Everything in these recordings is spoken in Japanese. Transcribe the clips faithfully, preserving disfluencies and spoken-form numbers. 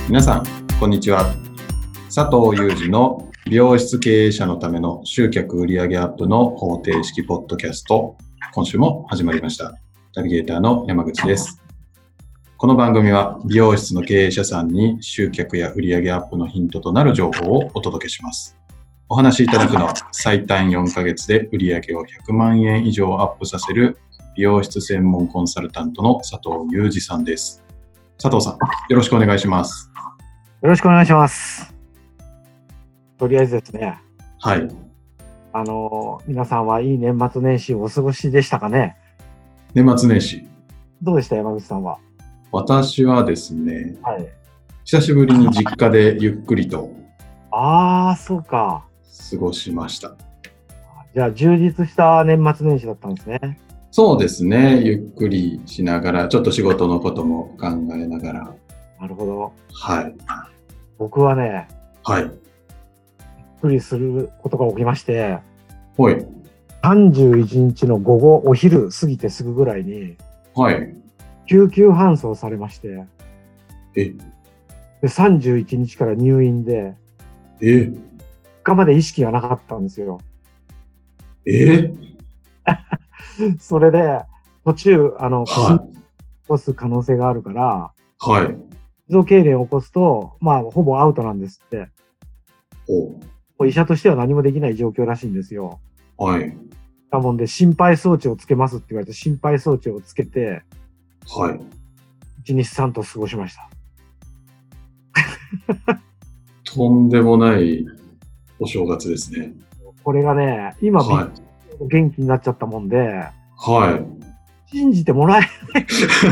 皆さん、こんにちは。佐藤祐二の美容室経営者のための集客売上アップの方程式ポッドキャスト、今週も始まりました。ナビゲーターの山口です。この番組は美容室の経営者さんに集客や売上アップのヒントとなる情報をお届けします。お話しいただくのは最短よんかげつで売上をひゃくまんえん以上アップさせる美容室専門コンサルタントの佐藤祐二さんです。佐藤さん、よろしくお願いします。 よろしくお願いします。とりあえずですね。 はい。 あの、皆さんはいい年末年始をお過ごしでしたかね。 年末年始。 どうでした、山口さんは。 私はですね、 はい。 久しぶりに実家でゆっくりとああ、そうか。 過ごしました。 じゃあ、充実した年末年始だったんですね。 そうですね。ゆっくりしながら、ちょっと仕事のことも考えながら。 なるほど。 はい。 僕はね、 はい。 ゆっくりすることが起きまして、 はい。 さんじゅういちにちの午後、お昼過ぎてすぐぐらいに、 はい。 救急搬送されまして、 え、 でさんじゅういちにちから入院で、 え、 みっかまで意識がなかったんですよ。 え、 それで、途中、あの、 は起こす可能性があるから、 い。はい。 心臓痙攣を起こすと、まあ、ほぼアウトなんですって。 お、 もう医者としては何もできない状況らしいんですよ。 はい。 なもんで、心肺装置をつけますって言われて、心肺装置をつけて、 はい。 いち、に、さんと過ごしました。 とんでもないお正月ですね。 これがね、今、 はい。 元気になっちゃったもんで、 はい。 信じてもらえない。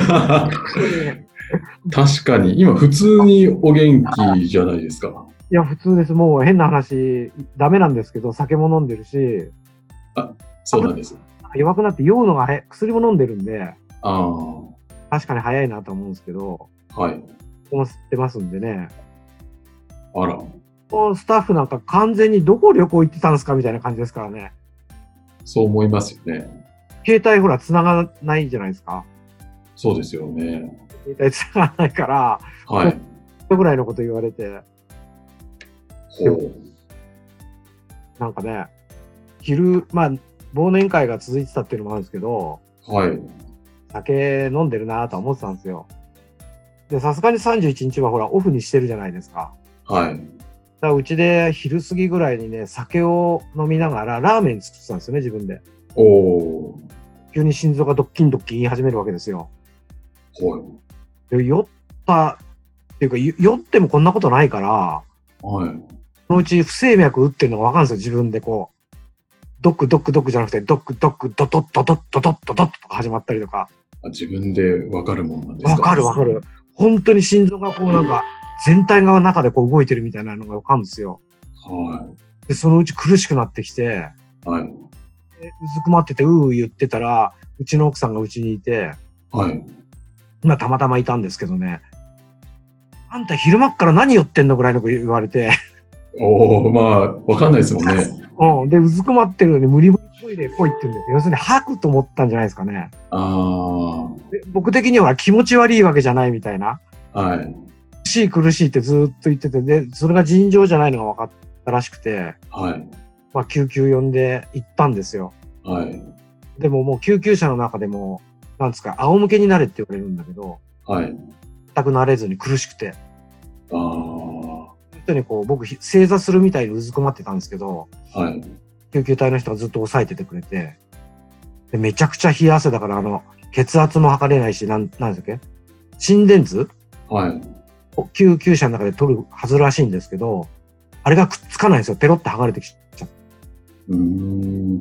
確かに、今普通にお元気じゃないですか。 いや、普通です。もう変な話、ダメなんですけど、酒も飲んでるし、 あ、そうなんです。 弱くなって酔うのが早い、薬も飲んでるんで、 あ確かに早いなと思うんですけど、 あ、はい。 ここも吸ってますんでね、 あら、 もうスタッフなんか完全にどこ旅行行ってたんですかみたいな感じですからね。 そう思いますよね。 携帯ほら繋がらないじゃないですか。 そうですよね。 携帯繋がらないから、 はい。 ぐらいのこと言われて、 ほう。 なんかね、昼、まあ、忘年会が続いてたっていうのもあるんですけど、 はい。 酒飲んでるなぁとは思ってたんですよ。で、さすがにさんじゅういちにちはほら、オフにしてるじゃないですか。 はい。 だからうちで昼過ぎぐらいにね、酒を飲みながらラーメン作ってたんですよね、自分で。 おー。 急に心臓がドッキンドッキン言い始めるわけですよ。 はい。 で酔ったっていうか、ゆ酔ってもこんなことないから、 はい。 そのうち不整脈打ってるのがわかるんですよ、自分でこう。ドックドックドックじゃなくて、ドックドックドドッドドッドドッドドッとか始まったりとか。 あ、自分でわかるもんなんですか？ わかるわかる。本当に心臓がこうなんか、全体が中でこう動いてるみたいなのがわかるんですよ。 はで、そのうち苦しくなってきて、 い。はい。 でうずくまってて、うー言ってたら、うちの奥さんがうちにいて、 はい。 今たまたまいたんですけどね、あんた昼間っから何言ってんのぐらいのこと言われて、 おー、まあ、わかんないですもんね。 うん。で、うずくまってるのに無理無理トイレ来いって言うんですよ。要するに吐くと思ったんじゃないですかね。 あで僕的には気持ち悪いわけじゃないみたいな。 あ、はい。 苦しい苦しいってずーっと言ってて、で、それが尋常じゃないのが分かったらしくて、 はい。 まあ救急呼んで行ったんですよ。 はい。 でももう救急車の中でも、なんですか、仰向けになれって言われるんだけど、 はい。 全くなれずに苦しくて、 ああ、 本当にこう、僕、正座するみたいにうずくまってたんですけど、 はい。 救急隊の人がずっと押さえててくれて、でめちゃくちゃ冷や汗だから、あの、血圧も測れないし、なん、なんですっけ心電図はい。 を救急車の中で取るはずらしいんですけど、あれがくっつかないんですよ。ペロって剥がれてきちゃって。 うーん。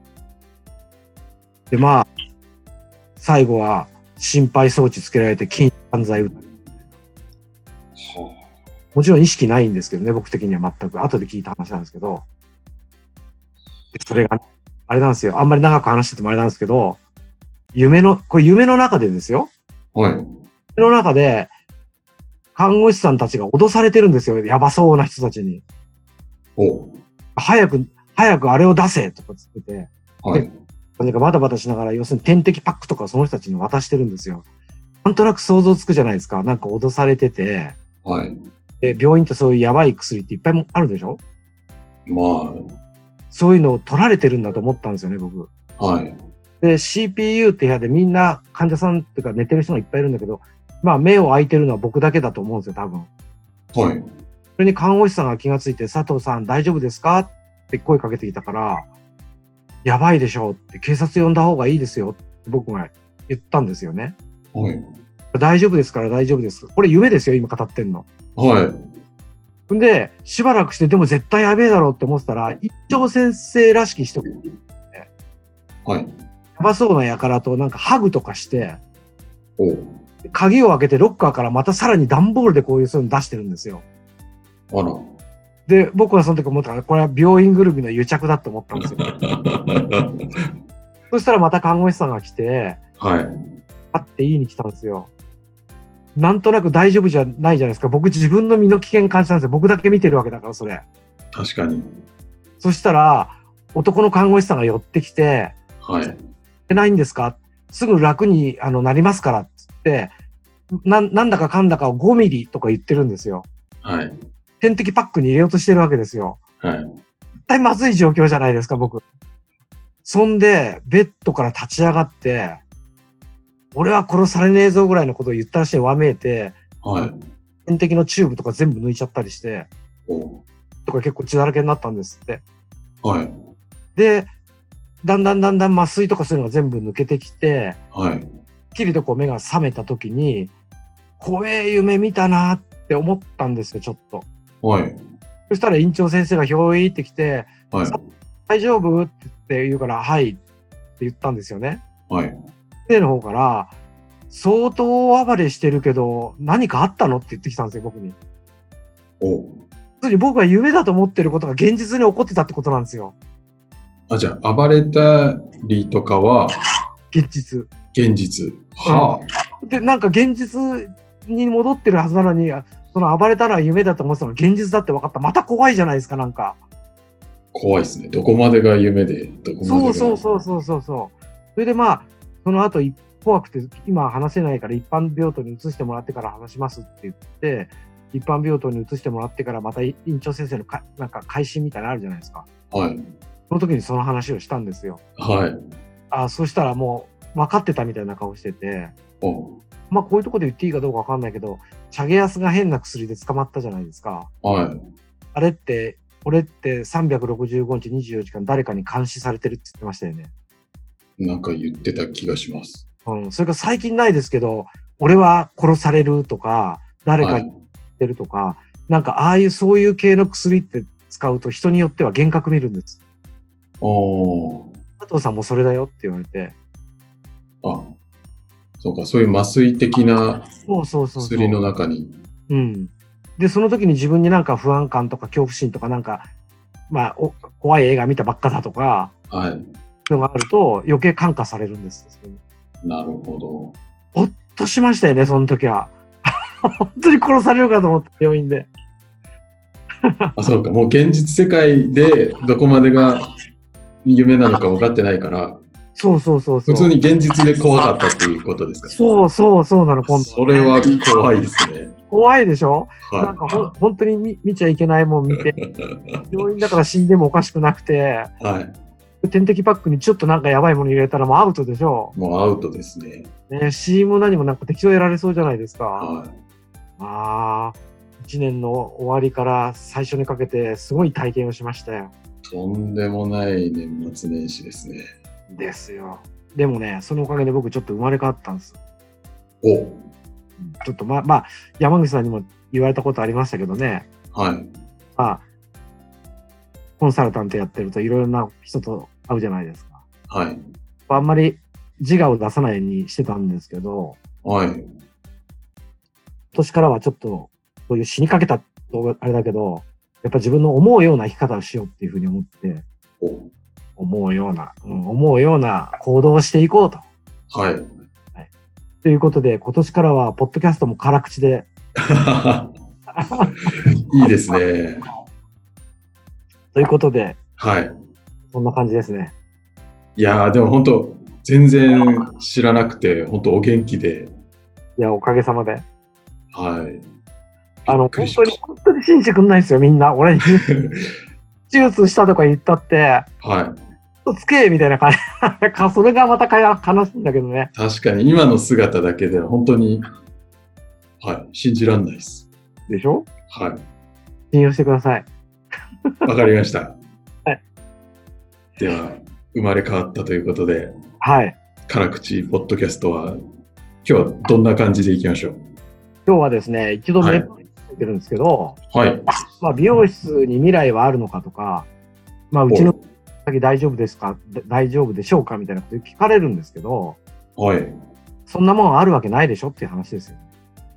で、まあ、最後は心肺装置つけられて筋管剤打って、 はもちろん意識ないんですけどね、僕的には全く。後で聞いた話なんですけど、でそれが、あれなんですよ。あんまり長く話しててもあれなんですけど、夢の、これ夢の中でですよ。 はい。 夢の中で、看護師さんたちが脅されてるんですよ。やばそうな人たちに。 お、 早く、早くあれを出せとかつってて、 はい。 何かバタバタしながら、要するに点滴パックとかその人たちに渡してるんですよ。なんとなく想像つくじゃないですか。なんか脅されてて、 はい。 で、病院ってそういうやばい薬っていっぱいもあるでしょ？ まそういうのを取られてるんだと思ったんですよね、僕。 あ、はい。 で、シーピーユー って部屋でみんな患者さんっていうか寝てる人がいっぱいいるんだけど、まあ目を開いてるのは僕だけだと思うんですよ、多分。 はい。 それに看護師さんが気がついて、佐藤さん大丈夫ですかって声かけてきたから、やばいでしょうって、警察呼んだ方がいいですよって僕が言ったんですよね。 はい。 大丈夫ですから大丈夫です。これ夢ですよ、今語ってんの。 はい。 んで、しばらくして、でも絶対やべえだろうって思ってたら、一丁先生らしき人がいて、 はい。 やばそうな輩となんかハグとかして、 おう。 鍵を開けてロッカーからまたさらに段ボールでこういうそういうの出してるんですよ。 あら。 で、僕はその時思ったから、これは病院ぐるみの癒着だと思ったんですよ。そしたらまた看護師さんが来て、 はい。 会って言いに来たんですよ。なんとなく大丈夫じゃないじゃないですか。僕自分の身の危険感じたんですよ。僕だけ見てるわけだから、それ。 確かに。 そしたら、男の看護師さんが寄ってきて、 はい。 てないんですか？すぐ楽にあのなりますからっつって、な、なんだかかんだかをごミリとか言ってるんですよ。 はい。 点滴パックに入れようとしてるわけですよ。 はい。 絶対まずい状況じゃないですか、僕。そんで、ベッドから立ち上がって、俺は殺されねえぞぐらいのことを言ったらしいわめいて、 はい。 点滴のチューブとか全部抜いちゃったりして、 おとか結構血だらけになったんですって。 はい。 で、だんだんだんだん麻酔とかそういうのが全部抜けてきて、 はい。 はっきりとこう目が覚めた時に、怖え夢見たなって思ったんですよ、ちょっと。 はい。 そしたら院長先生がひょいってきて、 はい。 大丈夫って言うから、はいって言ったんですよね。 はい。 先生の方から、相当暴れしてるけど、何かあったのって言ってきたんですよ、僕に。 おつまり僕が夢だと思ってることが現実に起こってたってことなんですよ。 あ、じゃあ、暴れたりとかは、 現実。 現実。はあ。で、なんか現実に戻ってるはずなのに、その暴れたのは夢だと思ってたのが現実だって分かった。また怖いじゃないですか、なんか。 怖いですね。どこまでが夢で、どこまでが。 そうそうそうそうそうそう。それでまあ、その後怖くて今話せないから一般病棟に移してもらってから話しますって言って、一般病棟に移してもらってからまた院長先生のかなんか回診みたいなのあるじゃないですか。 はい。 その時にその話をしたんですよ。 はい。 あ、そしたらもう分かってたみたいな顔してて、 おまあこういうとこで言っていいかどうか分かんないけど、チャゲアスが変な薬で捕まったじゃないですか。 はい。 あれって、俺ってさんびゃくろくじゅうごにちにじゅうよじかん誰かに監視されてるって言ってましたよね。 なんか言ってた気がします。 うん、それから最近ないですけど、俺は殺されるとか、誰かに言ってるとか、はい、なんかああいうそういう系の薬って使うと人によっては幻覚見るんです。 おー。 佐藤さんもそれだよって言われて。 あ、そうか、そういう麻酔的な薬の中に。 そうそうそうそう。うん。で、その時に自分になんか不安感とか恐怖心とかなんか、まあ、お怖い映画見たばっかだとか、 はい。 のがあると余計感化されるんです。 なるほど。 ほっとしましたよね、その時は。本当に殺されるかと思った病院で。 あ、そうか、もう現実世界でどこまでが夢なのか分かってないから、 そうそうそうそう。 普通に現実で怖かったっていうことですか？ そうそうそうなの、今度。 それは怖いですね。 怖いでしょ？ はい。 なんかほ本当に 見, 見ちゃいけないもん見て、病院だから死んでもおかしくなくて、 はい。 点滴パックにちょっとなんかやばいもの入れたらもうアウトでしょ？ もうアウトですね。 ね、死因も何もなんか適当やられそうじゃないですか。 はい。 ああ、いちねんの終わりから最初にかけてすごい体験をしましたよ。 とんでもない年末年始ですね。 ですよ。でもね、そのおかげで僕ちょっと生まれ変わったんです。 おちょっとまあ、まあ、山口さんにも言われたことありましたけどね。 はい。 まあ、コンサルタントやってるといろいろな人と会うじゃないですか。 はい。 あんまり自我を出さないようにしてたんですけど、 はい。 今年からはちょっと、そういう死にかけたとあれだけど、やっぱ自分の思うような生き方をしようっていうふうに思って、思うような、うん、思うような行動をしていこうと。 はい。 はい。ということで、今年からは、ポッドキャストも辛口で。 いいですね。 ということで、 はい。 そんな感じですね。 いやー、でも本当、全然知らなくて、本当お元気で。 いや、おかげさまで。 はい。 あの、 びっくり本当に、 しまし本当に信じてくんないんですよ、みんな。俺に。手術したとか言ったって、 た。はい。 つけみたいな感じ。それがまたかや悲しいんだけどね。 確かに今の姿だけでは本当に、はい、信じらんないです。 でしょ？ はい。 信用してください。 わかりました。 はい。 では、生まれ変わったということで、 はい。 辛口ポッドキャストは、今日はどんな感じでいきましょう？ 今日はですね、一度はい目てるんですけど、 はい。 まあ、美容室に未来はあるのかとか、まあ、うちの先大丈夫ですか、大丈夫でしょうかみたいなこと聞かれるんですけど、 はい。 そんなもんあるわけないでしょっていう話ですよね。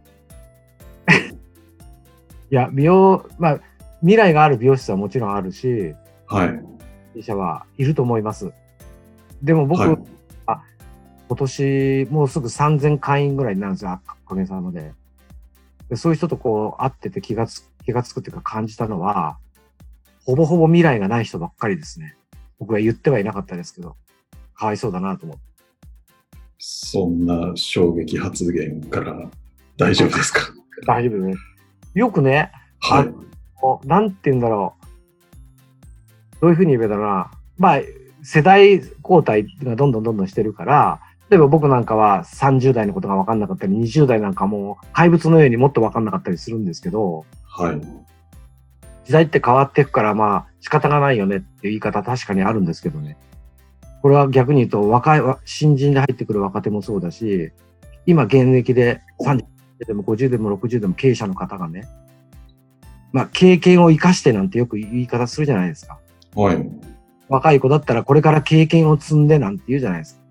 いや、美容、まあ、未来がある美容室はもちろんあるし、 はい。 経営者はいると思います。でも僕、 はい、 あ今年もうすぐさんぜん会員ぐらいになるんですよ、おかげさまで。でそういう人とこう会ってて気がつ気がつくっていうか感じたのは、ほぼほぼ未来がない人ばっかりですね。僕は言ってはいなかったですけど、かわいそうだなと思って。 そんな衝撃発言から大丈夫ですか？ 大丈夫ですね。よくね、 はい。 あなんて言うんだろう。どういうふうに言えばいいんだろうな。まあ、世代交代がどんどんどんどんしてるから、例えば僕なんかはさんじゅう代のことが分かんなかったり、にじゅう代なんかも怪物のようにもっと分かんなかったりするんですけど、 はい。 時代って変わっていくからまあ仕方がないよねっていう言い方確かにあるんですけどね。これは逆に言うと若い、新人で入ってくる若手もそうだし、今現役でさんじゅうでもごじゅうでもろくじゅうでも経営者の方がね、まあ経験を生かしてなんてよく言い方するじゃないですか。 はい。 若い子だったらこれから経験を積んでなんて言うじゃないですか。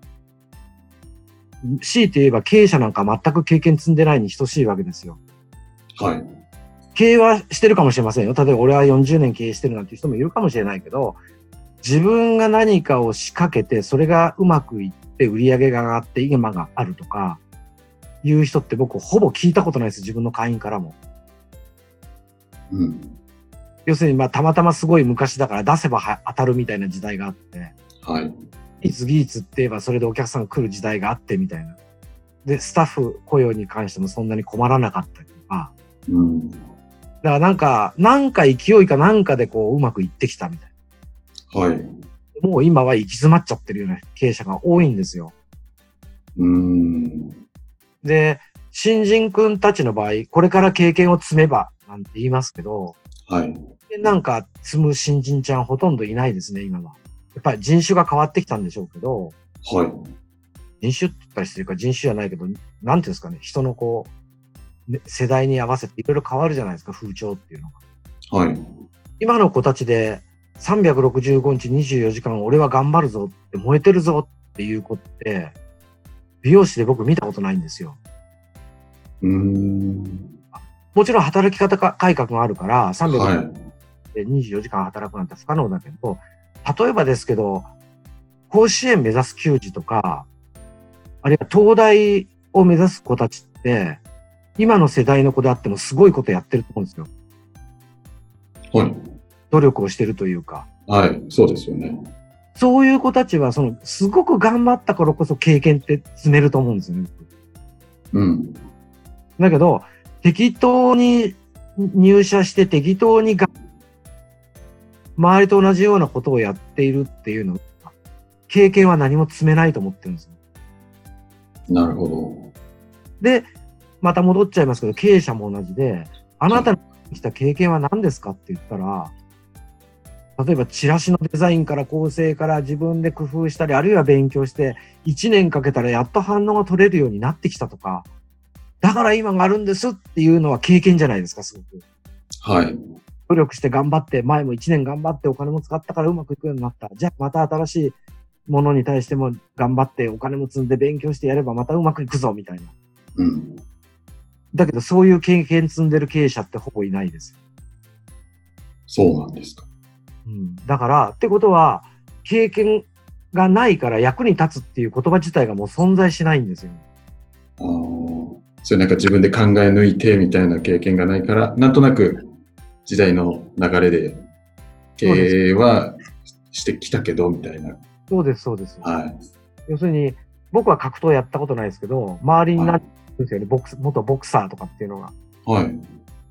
強いて言えば経営者なんか全く経験積んでないに等しいわけですよ。 はい。 経営はしてるかもしれませんよ。例えば俺はよんじゅうねん経営してるなんていう人もいるかもしれないけど、自分が何かを仕掛けて、それがうまくいって売り上げが上がって今があるとか、いう人って僕ほぼ聞いたことないです。自分の会員からも。 うん。 要するにまあたまたますごい昔だから出せば当たるみたいな時代があって、 はい。 技術技術って言えばそれでお客さんが来る時代があってみたいな。で、スタッフ雇用に関してもそんなに困らなかったりとか。 うん。 だからなんか、なんか勢いかなんかでこううまくいってきたみたいな。 はい。 もう今は行き詰まっちゃってるような経営者が多いんですよ。 うーん。 で、新人くんたちの場合、これから経験を積めばなんて言いますけど、 はい。 なんか積む新人ちゃんほとんどいないですね、今は。やっぱり人種が変わってきたんでしょうけど、 はい。 人種って言ったりするか人種じゃないけど、なんていうんですかね、人のこう、ね、世代に合わせていろいろ変わるじゃないですか、風潮っていうのが。 はい。 今の子たちでさんびゃくろくじゅうごにちにじゅうよじかん俺は頑張るぞって燃えてるぞっていう子って、美容師で僕見たことないんですよ。 うーん。 もちろん働き方改革があるから、さんびゃくろくじゅうはい。 でにじゅうよじかん働くなんて不可能だけど、例えばですけど、甲子園目指す球児とか、あるいは東大を目指す子たちって、今の世代の子であってもすごいことやってると思うんですよ。 はい。 努力をしてるというか。 はい。そうですよね。 そういう子たちは、その、すごく頑張ったからこそ経験って積めると思うんですよね。 うん。 だけど、適当に入社して適当にが周りと同じようなことをやっているっていうのは、経験は何も積めないと思ってるんですよ。 なるほど。 で、また戻っちゃいますけど、経営者も同じで、あなたの来た経験は何ですかって言ったら、例えばチラシのデザインから構成から自分で工夫したり、あるいは勉強して、いちねんかけたらやっと反応が取れるようになってきたとか、だから今があるんですっていうのは経験じゃないですか、すごく。 はい。 努力して頑張って、前もいちねん頑張ってお金も使ったからうまくいくようになった。じゃあまた新しいものに対しても頑張ってお金も積んで勉強してやればまたうまくいくぞ、みたいな。 うん。 だけどそういう経験積んでる経営者ってほぼいないです。 そうなんですか。 うん、だから、ってことは、経験がないから役に立つっていう言葉自体がもう存在しないんですよ。 ああ。それなんか自分で考え抜いてみたいな経験がないから、なんとなく時代の流れで経営はしてきたけどみたいな。 そうです、そうです。 はい。 要するに、僕は格闘やったことないですけど、周りになってるんですよね、ボクス、元ボクサーとかっていうのが。 はい。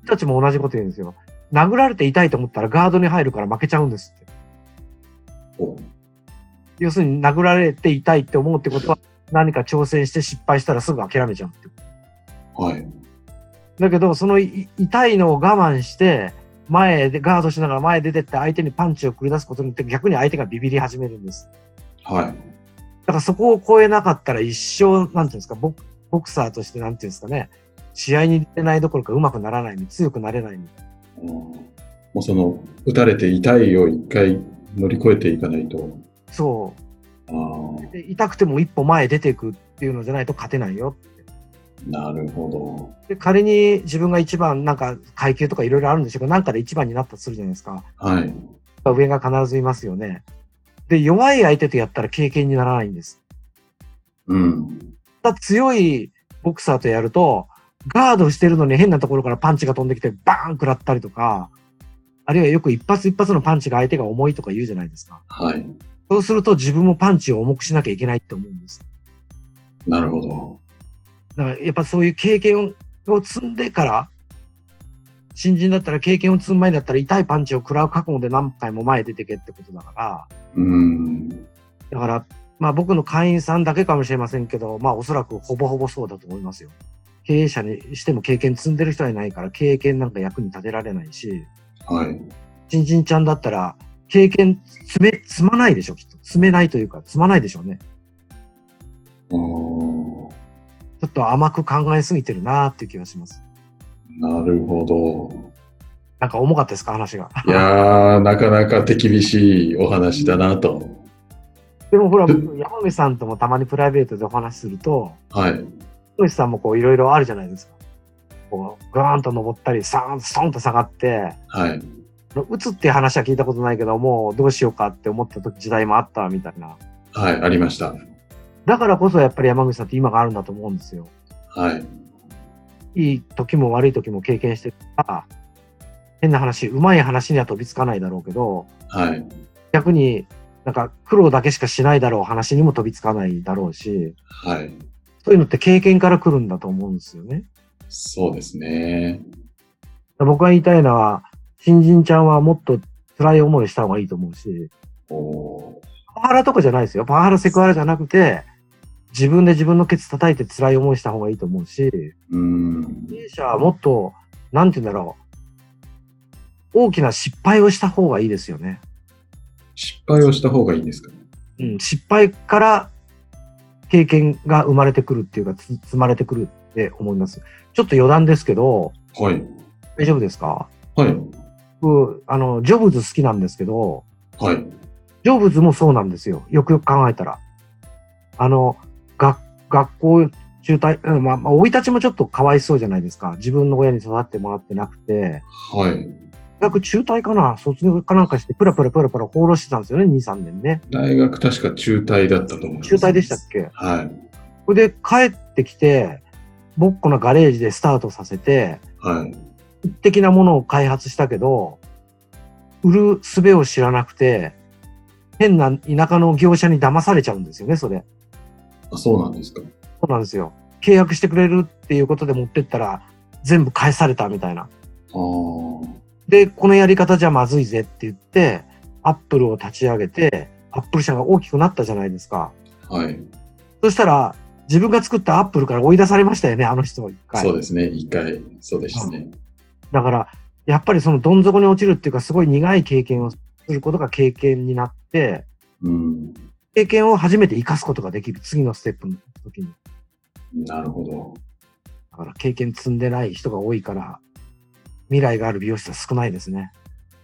たちも同じこと言うんですよ。殴られて痛いと思ったらガードに入るから負けちゃうんですって。 お要するに殴られて痛いって思うってことは何か挑戦して失敗したらすぐ諦めちゃうって。 はい。 だけど、そのい痛いのを我慢して、前でガードしながら前出てって相手にパンチを繰り出すことによって逆に相手がビビり始めるんです。 はい。 だからそこを超えなかったら一生、なんていうんですか、ボク、ボクサーとしてなんていうんですかね、試合に出ないどころか上手くならないに、強くなれないに。 うん、もうその、打たれて痛いを一回乗り越えていかないと。 そあう。で痛くても一歩前へ出ていくっていうのじゃないと勝てないよ。 なるほで、仮に自分が一番、なんか階級とかいろいろあるんでしょうけど、なんかで一番になったとするじゃないですか。 ど。はい。 上が必ずいますよね。で、弱い相手とやったら経験にならないんです。 うん。 だ強いボクサーとやると、ガードしてるのに変なところからパンチが飛んできてバーン食らったりとか、あるいはよく一発一発のパンチが相手が重いとか言うじゃないですか。 はい。 そうすると自分もパンチを重くしなきゃいけないって思うんです。 なるほど。 だからやっぱそういう経験を積んでから、新人だったら経験を積む前だったら痛いパンチを食らう覚悟で何回も前出てけってことだから、 うん。 だから、まあ僕の会員さんだけかもしれませんけど、まあおそらくほぼほぼそうだと思いますよ。経営者にしても経験積んでる人はいないから経験なんか役に立てられないし、 はい。 新人ちゃんだったら経験積め、積まないでしょ、きっと。積めないというか、積まないでしょうね。 おちょっと甘く考えすぎてるなーっていう気がします。 なるほど。 なんか重かったですか、話が。 いやー、なかなか手厳しいお話だなと。 でもほら、僕、山口さんともたまにプライベートでお話しすると、 はい。 山口さんもこういろいろあるじゃないですか。こう、ガーンと登ったり、サーンとストンと下がって、 はい。 打つっていう話は聞いたことないけど、もうどうしようかって思った時時代もあったみたいな。 はい、ありました。 だからこそやっぱり山口さんって今があるんだと思うんですよ。 はい。 いい時も悪い時も経験してるから、変な話、うまい話には飛びつかないだろうけど、 はい。 逆になんか苦労だけしかしないだろう話にも飛びつかないだろうし、 はい。 そういうのって経験から来るんだと思うんですよね。 そうですね。 僕が言いたいのは、新人ちゃんはもっと辛い思いした方がいいと思うし、 おパワハラとかじゃないですよ。パワハラセクハラじゃなくて、自分で自分のケツ叩いて辛い思いした方がいいと思うし、 うん。 経営者はもっと、なんて言うんだろう、大きな失敗をした方がいいですよね。 失敗をした方がいいんですか？ うん、失敗から経験が生まれてくるっていうか、つ積まれてくるって思います。ちょっと余談ですけど、 はい。 大丈夫ですか？ はい。 僕、あの、ジョブズ好きなんですけど、 はい。 ジョブズもそうなんですよ。よくよく考えたら。あの、学、学校中退、うん、まあ、まあ、生い立ちもちょっとかわいそうじゃないですか。自分の親に育ってもらってなくて、 はい。 大学中退かな、卒業かなんかして、プラプラプラプラ放浪してたんですよね、に、さんねんね。 大学確か中退だったと思います。 中退でしたっけ？ はい。 それで帰ってきて、ぼっこのガレージでスタートさせて、 はい。 一的なものを開発したけど、売る術を知らなくて、変な田舎の業者に騙されちゃうんですよね、それ。 あ、そうなんですか。 そうなんですよ。契約してくれるっていうことで持ってったら、全部返されたみたいな。 ああ。 で、このやり方じゃまずいぜって言って、アップルを立ち上げて、アップル社が大きくなったじゃないですか。 はい。 そしたら、自分が作ったアップルから追い出されましたよね、あの人は一回。 そうですね。一回、そうでしたね。 だから、やっぱりそのどん底に落ちるっていうか、すごい苦い経験をすることが経験になって、 うん。 経験を初めて活かすことができる、次のステップの時に。 なるほど。 だから経験積んでない人が多いから、未来がある美容室は少ないですね。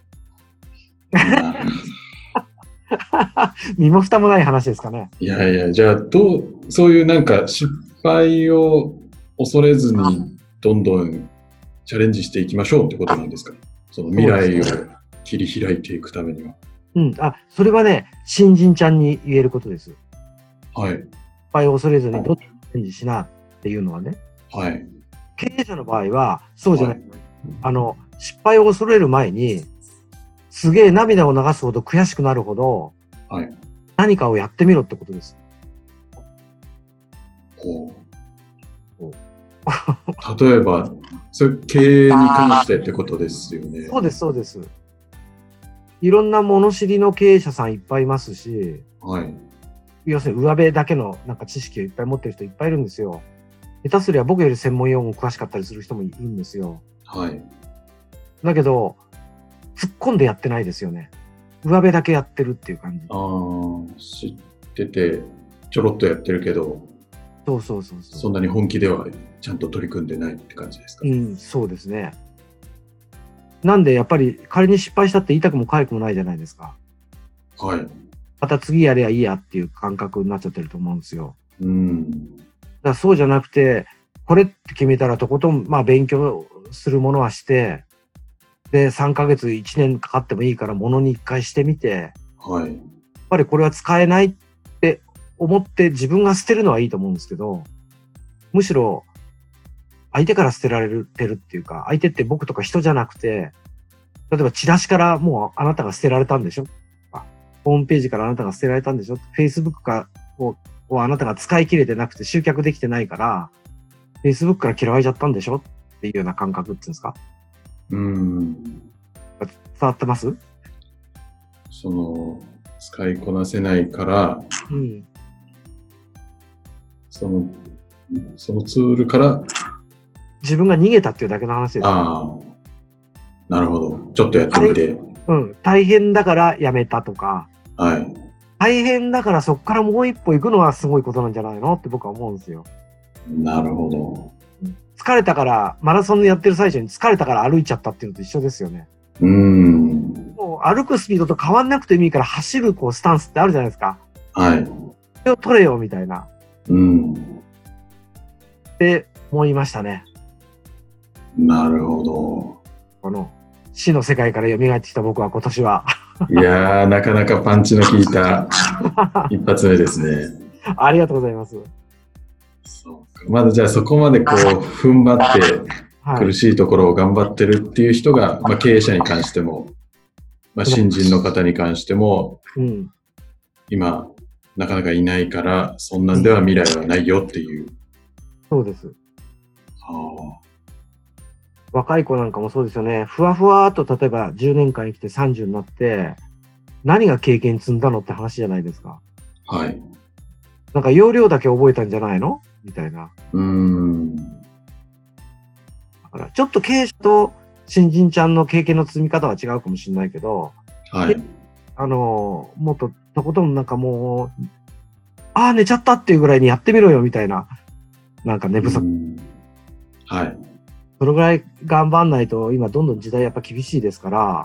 身も蓋もない話ですかね。 いやいや、じゃあ、どう、そういうなんか失敗を恐れずに、どんどんチャレンジしていきましょうってことなんですか？その未来を切り開いていくためには。 うん。あ、それはね、新人ちゃんに言えることです。 はい。 失敗を恐れずにどんどんチャレンジしなっていうのはね。 はい。 経営者の場合は、そうじゃない。 はい、 あの、失敗を恐れる前に、すげえ涙を流すほど悔しくなるほど、 はい、 何かをやってみろってことです。 ほう。例えば、 それ経営に関してってことですよね。 そうです、そうです。いろんな物知りの経営者さんいっぱいいますし、 はい。 要するに上辺だけのなんか知識をいっぱい持ってる人いっぱいいるんですよ。下手すりゃ僕より専門用語詳しかったりする人もいるんですよ。 はい。 だけど、突っ込んでやってないですよね。上辺だけやってるっていう感じ。 ああ、知ってて、ちょろっとやってるけど、 そうそうそうそう。 そんなに本気ではちゃんと取り組んでないって感じですか。 うん、そうですね。なんでやっぱり仮に失敗したって言いたくも痒くもないじゃないですか。 はい。 また次やればいいやっていう感覚になっちゃってると思うんですよ。 うん。 だからそうじゃなくて、これって決めたらとことん、まあ勉強するものはして、で、さんかげつ、いちねんかかってもいいからものにいっかいしてみて、 はい。 やっぱりこれは使えないって思って自分が捨てるのはいいと思うんですけど、むしろ相手から捨てられてるっていうか、相手って僕とか人じゃなくて、例えばチラシからもうあなたが捨てられたんでしょ、ホームページからあなたが捨てられたんでしょ、 Facebook かををあなたが使い切れてなくて集客できてないから、Facebook から嫌われちゃったんでしょっていうような感覚っていうんですか。 うん。 伝わってます？ その、使いこなせないから、 うん。 その、そのツールから、 自分が逃げたっていうだけの話です。 ああ、なるほど。ちょっとやってみて。 うん。大変だからやめたとか、 はい。 大変だからそこからもう一歩行くのはすごいことなんじゃないのって僕は思うんですよ。 なるほど。 疲れたから、マラソンやってる最中に疲れたから歩いちゃったっていうのと一緒ですよね。 うーん。 もう歩くスピードと変わんなくてもいいから走るこうスタンスってあるじゃないですか。 はい。 それを取れよみたいな。 うん。 って思いましたね。 なるほど。 この死の世界から蘇ってきた僕は今年は。 いやー、なかなかパンチの効いた一発目ですね。 ありがとうございます。 そうか。まだじゃあそこまでこう踏ん張ってはい、 苦しいところを頑張ってるっていう人が、まあ、経営者に関しても、まあ、新人の方に関しても、 うん、 今なかなかいないから、そんなんでは未来はないよっていう。 そうです。 は若い子なんかもそうですよね。ふわふわっと例えばじゅうねんかん生きてさんじゅうになって、何が経験積んだのって話じゃないですか。 あ、はい。 なんか要領だけ覚えたんじゃないのみたいな。 うーん。 だからちょっと経営者と新人ちゃんの経験の積み方は違うかもしれないけど、 はい。 あの、もっととことんなんかもう、ああ、寝ちゃったっていうぐらいにやってみろよみたいな、なんか寝不足。 はい。 それぐらい頑張んないと今どんどん時代やっぱ厳しいですから、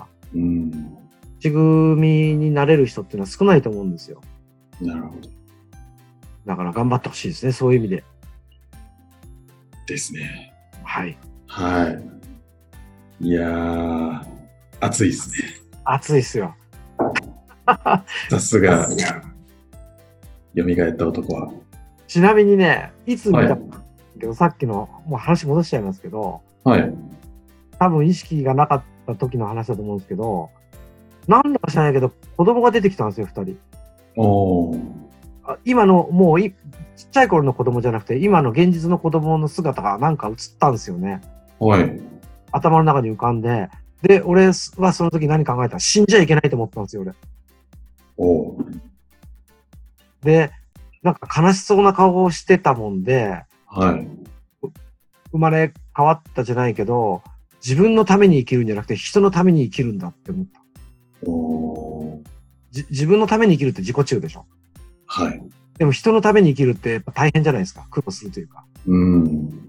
うん。 勝ち組になれる人っていうのは少ないと思うんですよ。 なるほど。 だから頑張ってほしいですね、そういう意味で。 ですね。 はい。 はい。いやー、熱いですね。 熱いっすよ。 さすが、蘇った男は。 ちなみにね、いつ見たはいけど、さっきの、もう話戻しちゃいますけど、 はい。 多分意識がなかった時の話だと思うんですけど、なんだか知らないけど、子供が出てきたんですよ、二人。 おー。 あ今の、もうい、ちっちゃい頃の子供じゃなくて、今の現実の子供の姿がなんか映ったんですよね。 はい。 頭の中に浮かんで。で、俺はその時何考えたら死んじゃいけないと思ったんですよ、俺。 おー。 で、なんか悲しそうな顔をしてたもんで、 はい。 生まれ変わったじゃないけど、自分のために生きるんじゃなくて人のために生きるんだって思った。 おー。 じ自分のために生きるって自己中でしょ。 はい。 でも人のために生きるってやっぱ大変じゃないですか。苦労するというか。 うん。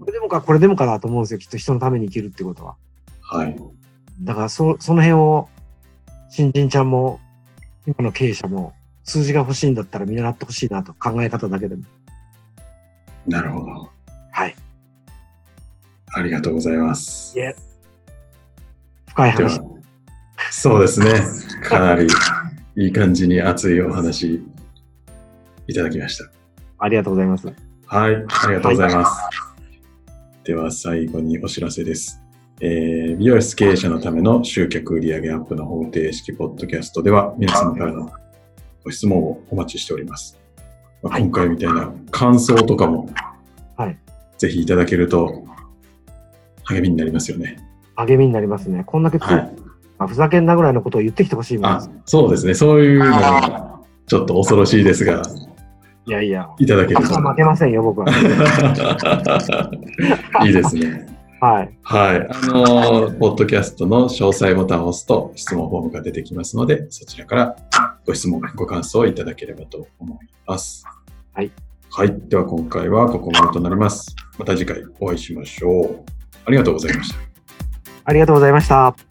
これでもかこれでもかだと思うんですよ。きっと人のために生きるってことは。 はい。 だからそ、その辺を新人ちゃんも今の経営者も数字が欲しいんだったら見習ってほしいなと、考え方だけでも。 なるほど。 はい。 ありがとうございます。 いえ。深いでは話。 そうですね。かなりいい感じに熱いお話いただきました。 ありがとうございます。 はい、ありがとうございます。では最後にお知らせです。えー、美容室経営者のための集客売上アップの方程式ポッドキャストでは皆様からのご質問をお待ちしております。まあ、今回みたいな感想とかも、 はい、 ぜひいただけると励みになりますよね。 励みになりますね。こんだけ強い、 はい。 まあふざけんなぐらいのことを言ってきてほしいもんであす。、 そうですね。そういうのがちょっと恐ろしいですが、 いやいや、 いただけると。 負けませんよ、僕は。 いいですね。 はい。 はい。あのー、ポッドキャストの詳細ボタンを押すと質問フォームが出てきますので、そちらからご質問、ご感想をいただければと思います。 はい。 はい。では今回はここまでとなります。また次回お会いしましょう。ありがとうございました。 ありがとうございました。